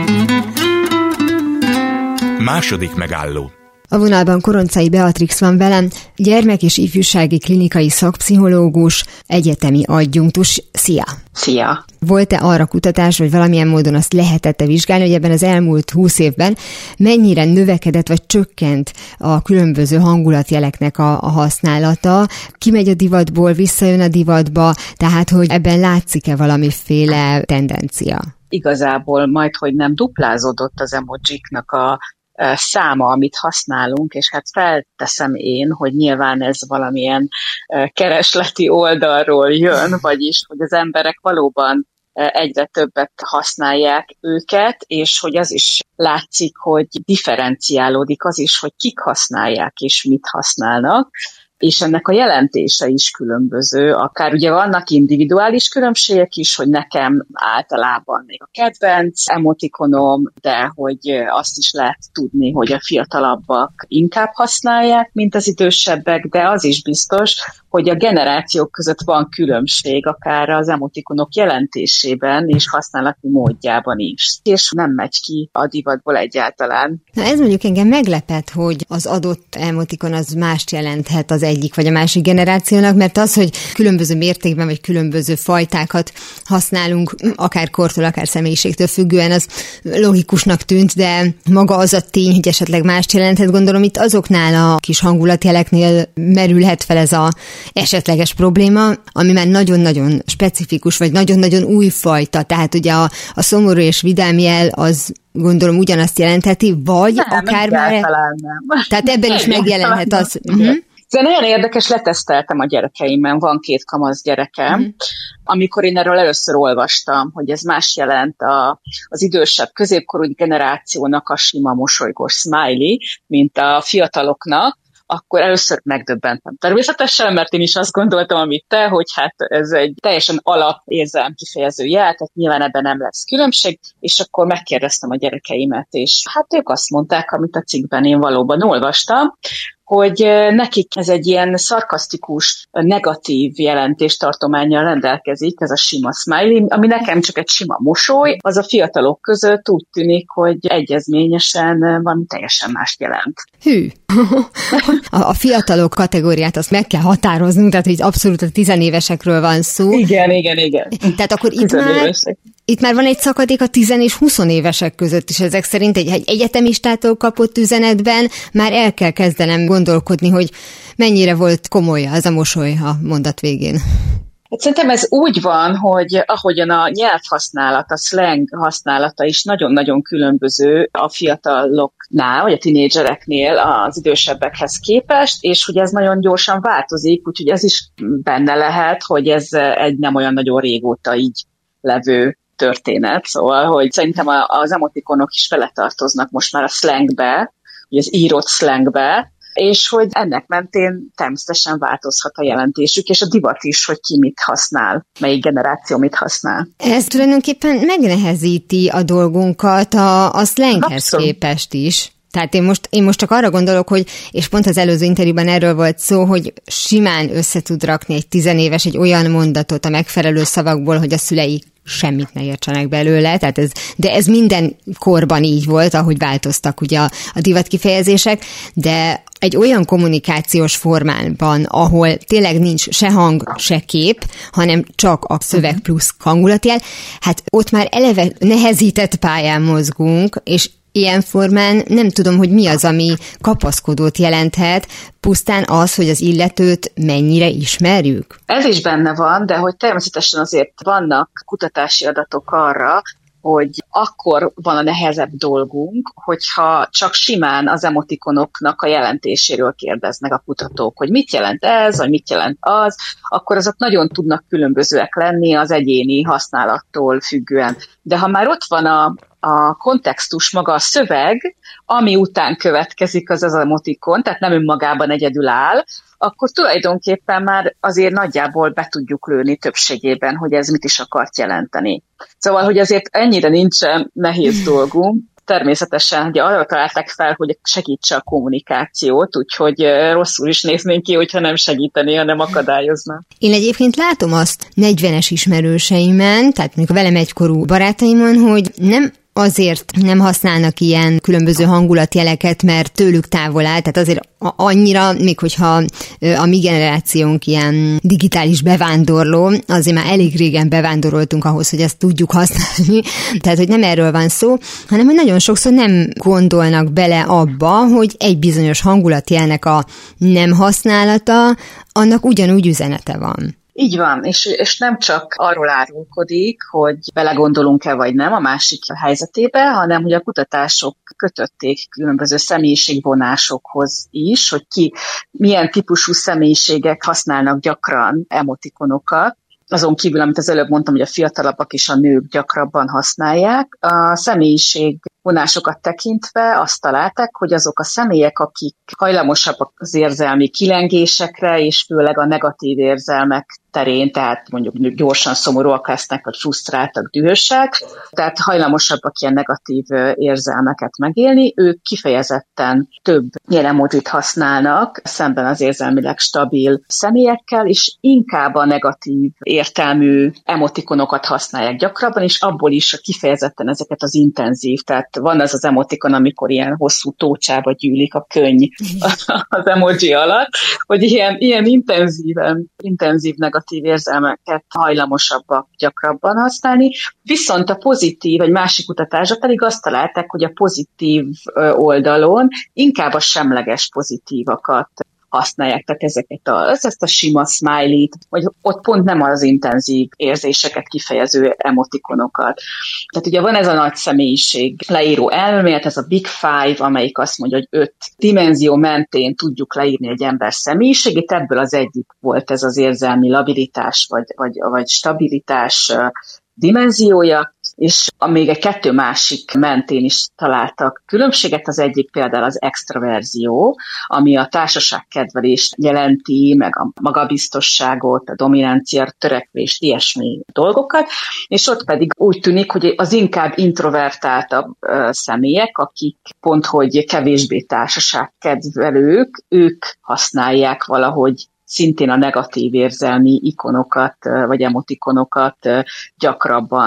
Második megálló. A vonalban Koroncai Beatrix van velem, gyermek- és ifjúsági klinikai szakpszichológus, egyetemi adjunktus. Szia! Szia! Volt-e arra kutatás, vagy valamilyen módon azt lehetett-e vizsgálni, hogy ebben az elmúlt húsz évben mennyire növekedett, vagy csökkent a különböző hangulatjeleknek a, a használata? Kimegy a divatból, visszajön a divatba, tehát hogy ebben látszik-e valamiféle tendencia? Igazából majd, hogy nem duplázódott az emojiknak a száma, amit használunk, és hát felteszem én, hogy nyilván ez valamilyen keresleti oldalról jön, vagyis, hogy az emberek valóban egyre többet használják őket, és hogy az is látszik, hogy differenciálódik az is, hogy kik használják és mit használnak, és ennek a jelentése is különböző. Akár ugye vannak individuális különbségek is, hogy nekem általában még a kedvenc emotikonom, de hogy azt is lehet tudni, hogy a fiatalabbak inkább használják, mint az idősebbek, de az is biztos, hogy a generációk között van különbség, akár az emotikonok jelentésében és használati módjában is. És nem megy ki a divatból egyáltalán. Na ez mondjuk engem meglepett, hogy az adott emotikon az mást jelenthet az egyik vagy a másik generációnak, mert az, hogy különböző mértékben vagy különböző fajtákat használunk, akár kortól, akár személyiségtől függően, az logikusnak tűnt, de maga az a tény, hogy esetleg mást jelenthet, gondolom itt azoknál a kis hangulatjeleknél merülhet fel ez a esetleges probléma, ami már nagyon-nagyon specifikus, vagy nagyon-nagyon új fajta, tehát ugye a, a szomorú és vidám jel az gondolom ugyanazt jelentheti, vagy nem, akár már... Nem. Tehát ebben is megjelenhet az... Uh-huh. Ez nagyon érdekes, leteszteltem a gyerekeimen, van két kamasz gyerekem, uh-huh. Amikor én erről először olvastam, hogy ez más jelent a, az idősebb középkorú generációnak a sima mosolygós smiley, mint a fiataloknak, akkor először megdöbbentem. Természetesen, mert én is azt gondoltam, amit te, hogy hát ez egy teljesen alap érzelem kifejező jel, tehát nyilván ebben nem lesz különbség, és akkor megkérdeztem a gyerekeimet, és hát ők azt mondták, amit a cikkben én valóban olvastam, hogy nekik ez egy ilyen szarkasztikus, negatív jelentéstartománnyal rendelkezik, ez a sima smiley, ami nekem csak egy sima mosoly, az a fiatalok között úgy tűnik, hogy egyezményesen valami teljesen mást jelent. Hű! A fiatalok kategóriát azt meg kell határoznunk, tehát hogy abszolút a tizenévesekről van szó. Igen, igen, igen. Tehát akkor itt már, itt már van egy szakadék a tíz és húsz évesek között is. Ezek szerint egy, egy egyetemistától kapott üzenetben már el kell kezdenem gondolkodni, hogy mennyire volt komoly az a mosoly a mondat végén. Hát szerintem ez úgy van, hogy ahogyan a nyelvhasználat, a slang használata is nagyon-nagyon különböző a fiataloknál, vagy a tinédzsereknél az idősebbekhez képest, és hogy ez nagyon gyorsan változik, úgyhogy ez is benne lehet, hogy ez egy nem olyan nagyon régóta így levő történet. Szóval, hogy szerintem az emotikonok is beletartoznak most már a slangbe, az írott slangbe, és hogy ennek mentén természetesen változhat a jelentésük, és a divat is, hogy ki mit használ, melyik generáció mit használ. Ez tulajdonképpen megnehezíti a dolgunkat a, a slanghez Abszolút. képest is. Tehát én most, én most csak arra gondolok, hogy, és pont az előző interjúban erről volt szó, hogy simán össze tud rakni egy tizenéves egy olyan mondatot a megfelelő szavakból, hogy a szülei semmit ne értsenek belőle, tehát ez, de ez minden korban így volt, ahogy változtak ugye a, a divat kifejezések, de egy olyan kommunikációs formában, ahol tényleg nincs se hang, se kép, hanem csak a szöveg plusz hangulatjel, hát ott már eleve nehezített pályán mozgunk, és ilyen formán nem tudom, hogy mi az, ami kapaszkodót jelenthet, pusztán az, hogy az illetőt mennyire ismerjük. Ez is benne van, de hogy természetesen azért vannak kutatási adatok arra, hogy akkor van a nehezebb dolgunk, hogyha csak simán az emotikonoknak a jelentéséről kérdeznek a kutatók, hogy mit jelent ez, vagy mit jelent az, akkor azok nagyon tudnak különbözőek lenni az egyéni használattól függően. De ha már ott van a, a kontextus, maga a szöveg, ami után következik az az emotikon, tehát nem önmagában egyedül áll, akkor tulajdonképpen már azért nagyjából be tudjuk lőni többségében, hogy ez mit is akart jelenteni. Szóval, hogy azért ennyire nincsen nehéz dolgunk, természetesen ugye arra találták fel, hogy segítse a kommunikációt, úgyhogy rosszul is néznénk ki, hogyha nem segíteni, hanem akadályozna. Én egyébként látom azt negyvenes ismerőseimen, tehát mondjuk a velem egykorú barátaimon, hogy nem azért nem használnak ilyen különböző hangulatjeleket, mert tőlük távol áll, tehát azért annyira, még hogyha a mi generációnk ilyen digitális bevándorló, azért már elég régen bevándoroltunk ahhoz, hogy ezt tudjuk használni, tehát hogy nem erről van szó, hanem hogy nagyon sokszor nem gondolnak bele abba, hogy egy bizonyos hangulatjelnek a nem használata, annak ugyanúgy üzenete van. Így van, és, és nem csak arról árulkodik, hogy belegondolunk-e vagy nem a másik helyzetébe, hanem hogy a kutatások kötötték különböző személyiségvonásokhoz is, hogy ki milyen típusú személyiségek használnak gyakran emotikonokat. Azon kívül, amit az előbb mondtam, hogy a fiatalabbak és a nők gyakrabban használják, a személyiségvonásokat tekintve azt találták, hogy azok a személyek, akik hajlamosabbak az érzelmi kilengésekre, és főleg a negatív érzelmek terén, tehát mondjuk gyorsan szomorúak lesznek, vagy frusztráltak, dühösek, tehát hajlamosabbak ilyen negatív érzelmeket megélni, ők kifejezetten több ilyen emojit használnak szemben az érzelmileg stabil személyekkel, és inkább a negatív értelmű emotikonokat használják gyakrabban, és abból is kifejezetten ezeket az intenzív, tehát van az az emotikon, amikor ilyen hosszú tócsába gyűlik a könny az emoji alatt, hogy ilyen, ilyen intenzíven, intenzív negatív érzelmeket hajlamosabbak gyakrabban használni, viszont a pozitív, egy másik kutatásra pedig azt találták, hogy a pozitív oldalon inkább a semleges pozitívakat használják, tehát ezeket a, ezt a sima smiley-t, vagy ott pont nem az intenzív érzéseket kifejező emotikonokat. Tehát ugye van ez a nagy személyiség leíró elmélet, ez a Big Five, amelyik azt mondja, hogy öt dimenzió mentén tudjuk leírni egy ember személyiségét, ebből az egyik volt ez az érzelmi labilitás, vagy, vagy, vagy stabilitás dimenziója, és még egy kettő másik mentén is találtak különbséget, az egyik például az extraverzió, ami a társaságkedvelést jelenti, meg a magabiztosságot, a dominancia, törekvést, ilyesmi dolgokat, és ott pedig úgy tűnik, hogy az inkább introvertáltabb személyek, akik pont, hogy kevésbé társaságkedvelők, ők használják valahogy szintén a negatív érzelmi ikonokat, vagy emotikonokat gyakrabban.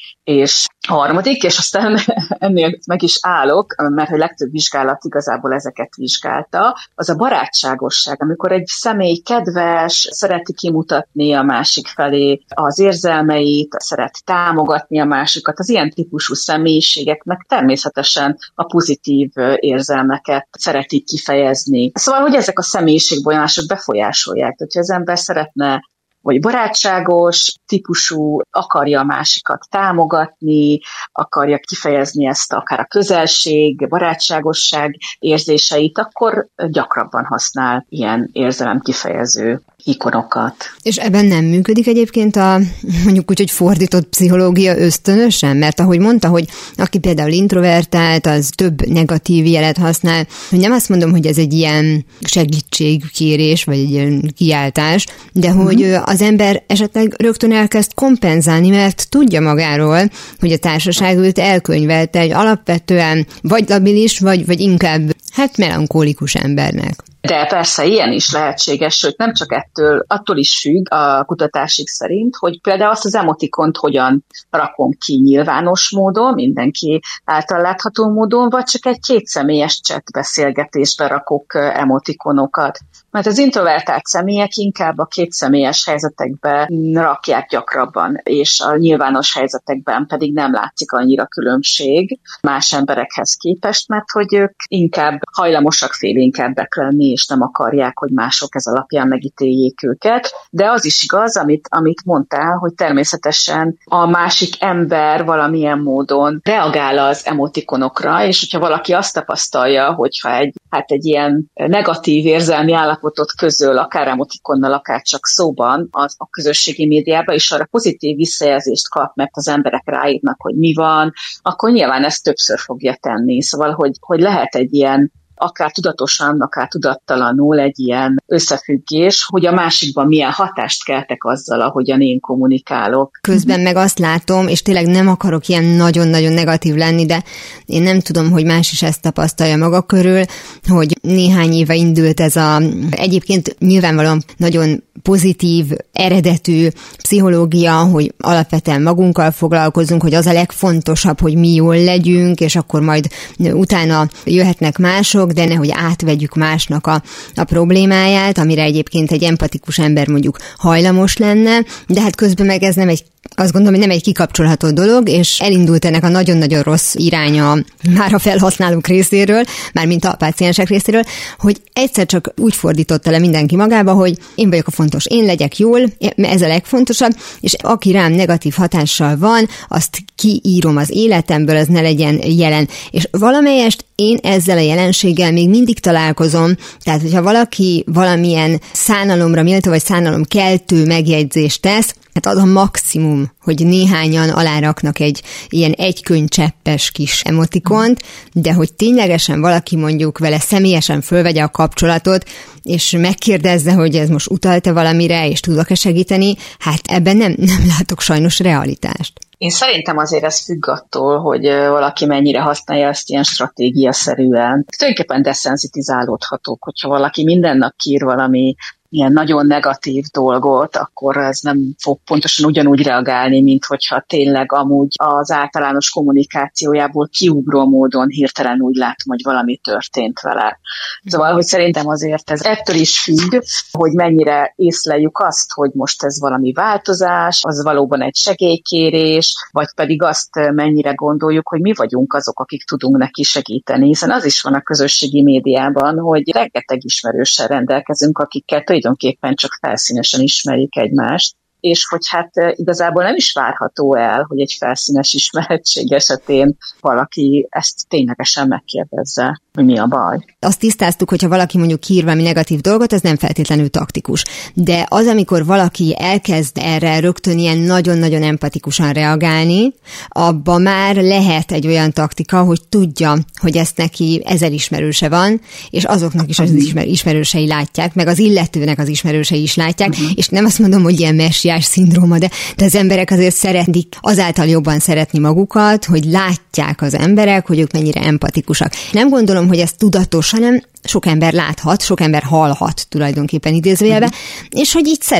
És harmadik, és aztán ennél meg is állok, mert a legtöbb vizsgálat igazából ezeket vizsgálta, az a barátságosság, amikor egy személy kedves, szereti kimutatni a másik felé az érzelmeit, szereti támogatni a másikat, az ilyen típusú személyiségeknek természetesen a pozitív érzelmeket szeretik kifejezni. Szóval, hogy ezek a személyiségvonások befolyásolják, hogyha az ember szeretne vagy barátságos típusú, akarja a másikat támogatni, akarja kifejezni ezt akár a közelség, barátságosság érzéseit, akkor gyakrabban használ ilyen érzelemkifejező ikonokat. És ebben nem működik egyébként a mondjuk úgy, hogy fordított pszichológia ösztönösen? Mert ahogy mondta, hogy aki például introvertált, az több negatív jelet használ, hogy nem azt mondom, hogy ez egy ilyen segítségkérés, vagy egy ilyen kiáltás, de mm-hmm. hogy az ember esetleg rögtön elkezd kompenzálni, mert tudja magáról, hogy a társaság őt elkönyvelte egy alapvetően vagy labilis, vagy, vagy inkább hát melankólikus embernek. De persze ilyen is lehetséges, sőt nem csak ettől, attól is függ a kutatásig szerint, hogy például azt az emotikont hogyan rakom ki nyilvános módon, mindenki által látható módon, vagy csak egy kétszemélyes chat beszélgetésbe rakok emotikonokat. Mert az introvertált személyek inkább a kétszemélyes helyzetekbe rakják gyakrabban, és a nyilvános helyzetekben pedig nem látszik annyira különbség más emberekhez képest, mert hogy ők inkább hajlamosak félénkebbek lenni, és nem akarják, hogy mások ez alapján megítéljék őket. De az is igaz, amit, amit mondtál, hogy természetesen a másik ember valamilyen módon reagál az emotikonokra, és hogyha valaki azt tapasztalja, hogyha egy, hát egy ilyen negatív érzelmi állapotot közöl, akár emotikonnal, akár csak szóban, az a közösségi médiában, és arra pozitív visszajelzést kap, mert az emberek ráírnak, hogy mi van, akkor nyilván ezt többször fogja tenni. Szóval, hogy, hogy lehet egy ilyen akár tudatosan, akár tudattalanul egy ilyen összefüggés, hogy a másikban milyen hatást keltek azzal, ahogyan én kommunikálok. Közben meg azt látom, és tényleg nem akarok ilyen nagyon-nagyon negatív lenni, de én nem tudom, hogy más is ezt tapasztalja maga körül, hogy néhány éve indult ez a egyébként nyilvánvalóan nagyon pozitív, eredetű pszichológia, hogy alapvetően magunkkal foglalkozunk, hogy az a legfontosabb, hogy mi jól legyünk, és akkor majd utána jöhetnek mások, de nehogy átvegyük másnak a, a problémáját, amire egyébként egy empatikus ember mondjuk hajlamos lenne, de hát közben meg ez nem egy, azt gondolom, hogy nem egy kikapcsolható dolog, és elindult ennek a nagyon-nagyon rossz iránya már a felhasználók részéről, mármint a páciensek részéről, hogy egyszer csak úgy fordította le mindenki magába, hogy én vagyok a fontos, én legyek jól, ez a legfontosabb, és aki rám negatív hatással van, azt kiírom az életemből, az ne legyen jelen. És valamelyest én ezzel a jelenséggel még mindig találkozom, tehát hogyha valaki valamilyen szánalomra méltó vagy szánalomkeltő megjegyzést tesz, hát az a maximum, hogy néhányan aláraknak egy ilyen egykönycseppes kis emotikont, de hogy ténylegesen valaki mondjuk vele személyesen fölvegye a kapcsolatot, és megkérdezze, hogy ez most utalt-e valamire, és tudok-e segíteni, hát ebben nem, nem látok sajnos realitást. Én szerintem azért ez függ attól, hogy valaki mennyire használja ezt ilyen stratégiaszerűen. Tulajdonképpen deszenzitizálódhatók, hogyha valaki minden nap kír valami ilyen nagyon negatív dolgot, akkor ez nem fog pontosan ugyanúgy reagálni, mint hogyha tényleg amúgy az általános kommunikációjából kiugró módon hirtelen úgy látom, hogy valami történt vele. Szóval, hogy szerintem azért ez ettől is függ, hogy mennyire észleljük azt, hogy most ez valami változás, az valóban egy segélykérés, vagy pedig azt mennyire gondoljuk, hogy mi vagyunk azok, akik tudunk neki segíteni, hiszen az is van a közösségi médiában, hogy rengeteg ismerőssel rendelkezünk, akikkel tulajdonképpen csak felszínesen ismerjük egymást, és hogy hát igazából nem is várható el, hogy egy felszínes ismerettség esetén valaki ezt ténylegesen megkérdezze, hogy mi a baj. Azt tisztáztuk, hogyha valaki mondjuk ír valami negatív dolgot, az nem feltétlenül taktikus. De az, amikor valaki elkezd erre rögtön ilyen nagyon-nagyon empatikusan reagálni, abba már lehet egy olyan taktika, hogy tudja, hogy ezt neki ezer ismerőse van, és azoknak is az ismer- ismerősei látják, meg az illetőnek az ismerősei is látják, uh-huh. és nem azt mondom, hogy ilyen messiás szindróma, de, de az emberek azért szeretik azáltal jobban szeretni magukat, hogy látják az emberek, hogy ők mennyire empatikusak. Nem gondolom, hogy ez tudatos, hanem sok ember láthat, sok ember hallhat tulajdonképpen idézőjelben, uh-huh. és hogy így szeret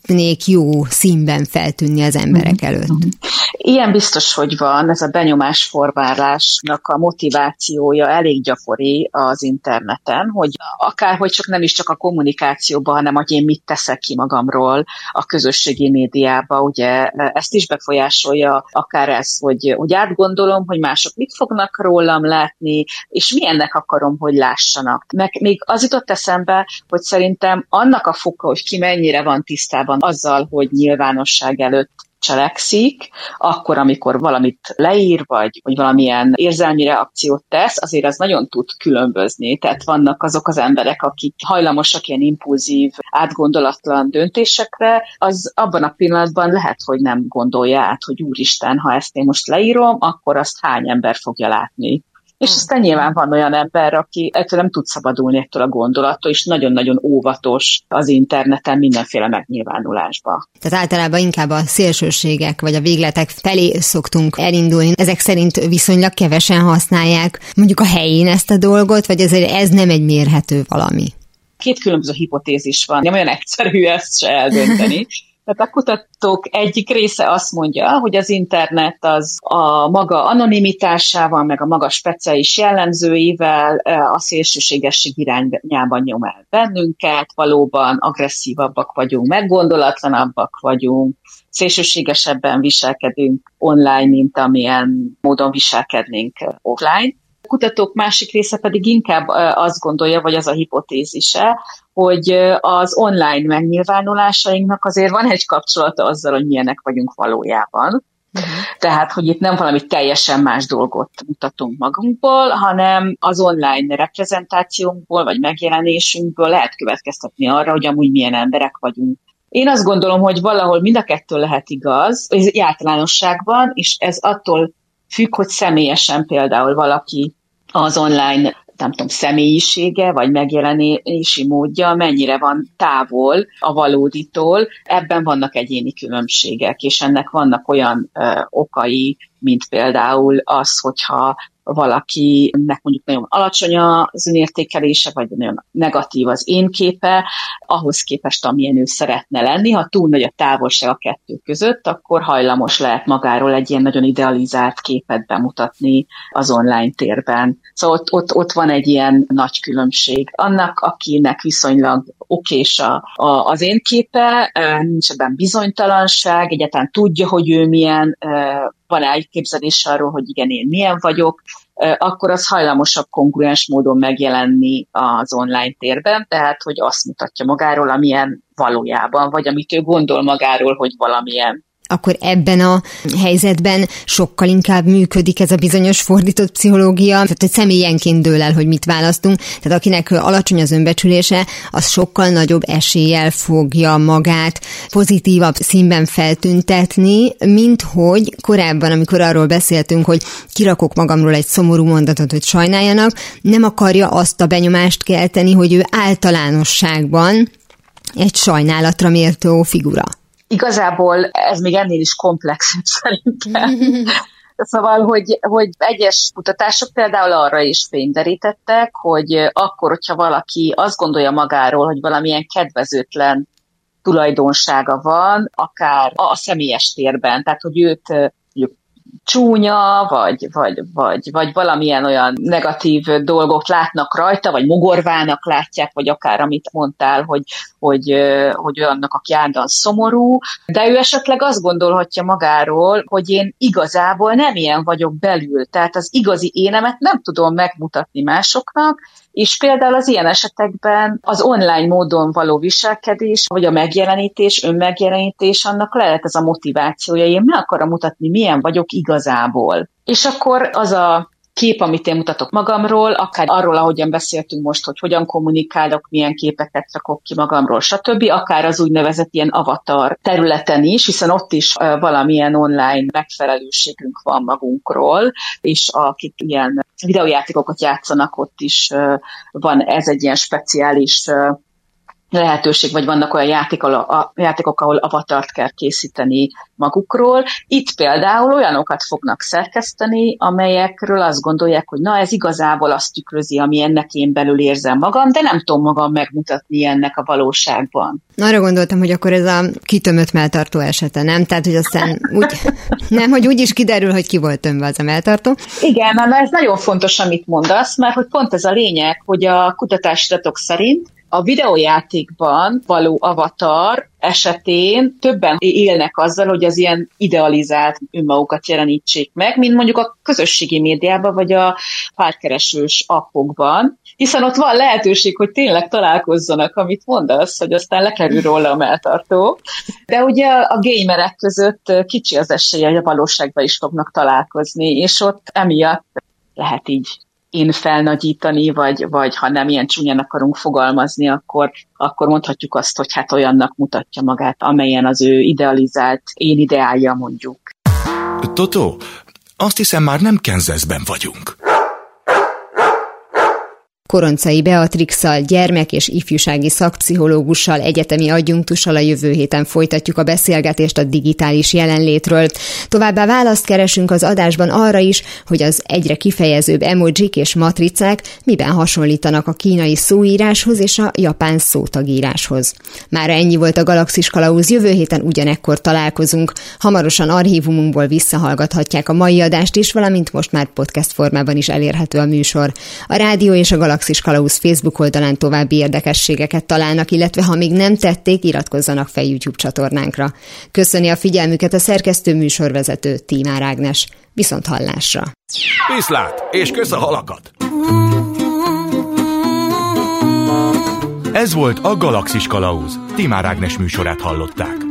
szeretnék jó színben feltűnni az emberek előtt. Ilyen biztos, hogy van, ez a benyomásformálásnak a motivációja elég gyakori az interneten, hogy akárhogy csak nem is csak a kommunikációban, hanem hogy én mit teszek ki magamról a közösségi médiába, ugye ezt is befolyásolja akár ez, hogy, hogy átgondolom, hogy mások mit fognak rólam látni, és milyennek akarom, hogy lássanak. Meg még az jutott eszembe, hogy szerintem annak a foka, hogy ki mennyire van tisztában azzal, hogy nyilvánosság előtt cselekszik, akkor, amikor valamit leír, vagy, vagy valamilyen érzelmi reakciót tesz, azért az nagyon tud különbözni. Tehát vannak azok az emberek, akik hajlamosak ilyen impulzív, átgondolatlan döntésekre, az abban a pillanatban lehet, hogy nem gondolja át, hogy úristen, ha ezt én most leírom, akkor azt hány ember fogja látni. És aztán nyilván van olyan ember, aki ettől nem tud szabadulni ettől a gondolattól, és nagyon-nagyon óvatos az interneten mindenféle megnyilvánulásba. Tehát általában inkább a szélsőségek vagy a végletek felé szoktunk elindulni. Ezek szerint viszonylag kevesen használják mondjuk a helyén ezt a dolgot, vagy azért ez nem egy mérhető valami? Két különböző hipotézis van, nem olyan egyszerű ezt se eldönteni. Tehát a kutatók egyik része azt mondja, hogy az internet az a maga anonimitásával, meg a maga speciális jellemzőivel a szélsőségesség irányában nyom el bennünket, valóban agresszívabbak vagyunk, meggondolatlanabbak vagyunk, szélsőségesebben viselkedünk online, mint amilyen módon viselkednénk offline. A kutatók másik része pedig inkább azt gondolja, vagy az a hipotézise, hogy az online megnyilvánulásainknak azért van egy kapcsolata azzal, hogy milyenek vagyunk valójában. Uh-huh. Tehát, hogy itt nem valami teljesen más dolgot mutatunk magunkból, hanem az online reprezentációnkból, vagy megjelenésünkből lehet következtetni arra, hogy amúgy milyen emberek vagyunk. Én azt gondolom, hogy valahol mind a kettő lehet igaz, ez általánosságban, és ez attól függ, hogy személyesen például valaki az online, nem tudom, személyisége, vagy megjelenési módja mennyire van távol a valóditól. Ebben vannak egyéni különbségek, és ennek vannak olyan ö, okai, mint például az, hogyha valakinek mondjuk nagyon alacsony az önértékelése, vagy nagyon negatív az én képe, ahhoz képest, amilyen ő szeretne lenni. Ha túl nagy a távolság a kettő között, akkor hajlamos lehet magáról egy ilyen nagyon idealizált képet bemutatni az online térben. Szóval ott, ott, ott van egy ilyen nagy különbség. Annak, akinek viszonylag okés a, a, az én képe, nincs ebben bizonytalanság, egyáltalán tudja, hogy ő milyen, van elképzelés arról, hogy igen, én milyen vagyok, akkor az hajlamosabb kongruens módon megjelenni az online térben, tehát, hogy azt mutatja magáról, amilyen valójában, vagy amit ő gondol magáról, hogy valamilyen. Akkor ebben a helyzetben sokkal inkább működik ez a bizonyos fordított pszichológia, tehát hogy személyenként dől el, hogy mit választunk. Tehát akinek alacsony az önbecsülése, az sokkal nagyobb eséllyel fogja magát pozitívabb színben feltüntetni, mint hogy korábban, amikor arról beszéltünk, hogy kirakok magamról egy szomorú mondatot, hogy sajnáljanak, nem akarja azt a benyomást kelteni, hogy ő általánosságban egy sajnálatra méltó figura. Igazából ez még ennél is komplexebb szerintem. Szóval, hogy, hogy egyes kutatások például arra is fényderítettek, hogy akkor, hogyha valaki azt gondolja magáról, hogy valamilyen kedvezőtlen tulajdonsága van, akár a személyes térben, tehát hogy őt csúnya, vagy, vagy, vagy, vagy valamilyen olyan negatív dolgot látnak rajta, vagy mogorvának látják, vagy akár amit mondtál, hogy, hogy, hogy olyannak, aki állandóan szomorú, de ő esetleg azt gondolhatja magáról, hogy én igazából nem ilyen vagyok belül, tehát az igazi énemet nem tudom megmutatni másoknak, és például az ilyen esetekben az online módon való viselkedés, vagy a megjelenítés, önmegjelenítés, annak lehet ez a motivációja. Én meg akarom mutatni, milyen vagyok igazából. És akkor az a kép, amit én mutatok magamról, akár arról, ahogyan beszéltünk most, hogy hogyan kommunikálok, milyen képeket rakok ki magamról, stb., akár az úgynevezett ilyen avatar területen is, hiszen ott is valamilyen online megfelelőségünk van magunkról, és akik ilyen videójátékokat játszanak, ott is van ez egy ilyen speciális lehetőség, vagy vannak olyan játékok, játékok, ahol avatart kell készíteni magukról. Itt például olyanokat fognak szerkeszteni, amelyekről azt gondolják, hogy na, ez igazából azt tükrözi, ami ennek én belül érzem magam, de nem tudom magam megmutatni ennek a valóságban. Arra gondoltam, hogy akkor ez a kitömött melltartó esete, nem? Tehát, hogy aztán úgy, nem, hogy úgy is kiderül, hogy ki volt tömve az a melltartó. Igen, na, ez nagyon fontos, amit mondasz, mert hogy pont ez a lényeg, hogy a kutatási adatok szerint a videójátékban való avatar esetén többen élnek azzal, hogy az ilyen idealizált önmagukat jelenítsék meg, mint mondjuk a közösségi médiában, vagy a párkeresős appokban, hiszen ott van lehetőség, hogy tényleg találkozzanak, amit mondasz, hogy aztán lekerül róla a melltartó. De ugye a gamerek között kicsi az esélye, hogy a valóságban is fognak találkozni, és ott emiatt lehet így én felnagyítani, vagy, vagy ha nem ilyen csúnyán akarunk fogalmazni, akkor, akkor mondhatjuk azt, hogy hát olyannak mutatja magát, amelyen az ő idealizált én ideálja, mondjuk. Totó, azt hiszem már nem Kansasben vagyunk. Koroncai Beatrixsal, gyermek- és ifjúsági szakpszichológussal, egyetemi adjunktussal a jövő héten folytatjuk a beszélgetést a digitális jelenlétről. Továbbá választ keresünk az adásban arra is, hogy az egyre kifejezőbb emojik és matricák miben hasonlítanak a kínai szóíráshoz és a japán szótagíráshoz. Mára ennyi volt a Galaxis Kalauz, jövő héten ugyanekkor találkozunk. Hamarosan archívumunkból visszahallgathatják a mai adást is, valamint most már podcast formában is elérhető a műsor. A rádió és a Galaxis Galaxis Kalauz Facebook oldalán további érdekességeket találnak, illetve ha még nem tették, iratkozzanak fel YouTube csatornánkra. Köszöni a figyelmüket a szerkesztő műsorvezető Tímár Ágnes. Viszont hallásra! Viszlát, és kösz a halakat! Ez volt a Galaxis Kalauz. Tímár Ágnes műsorát hallották.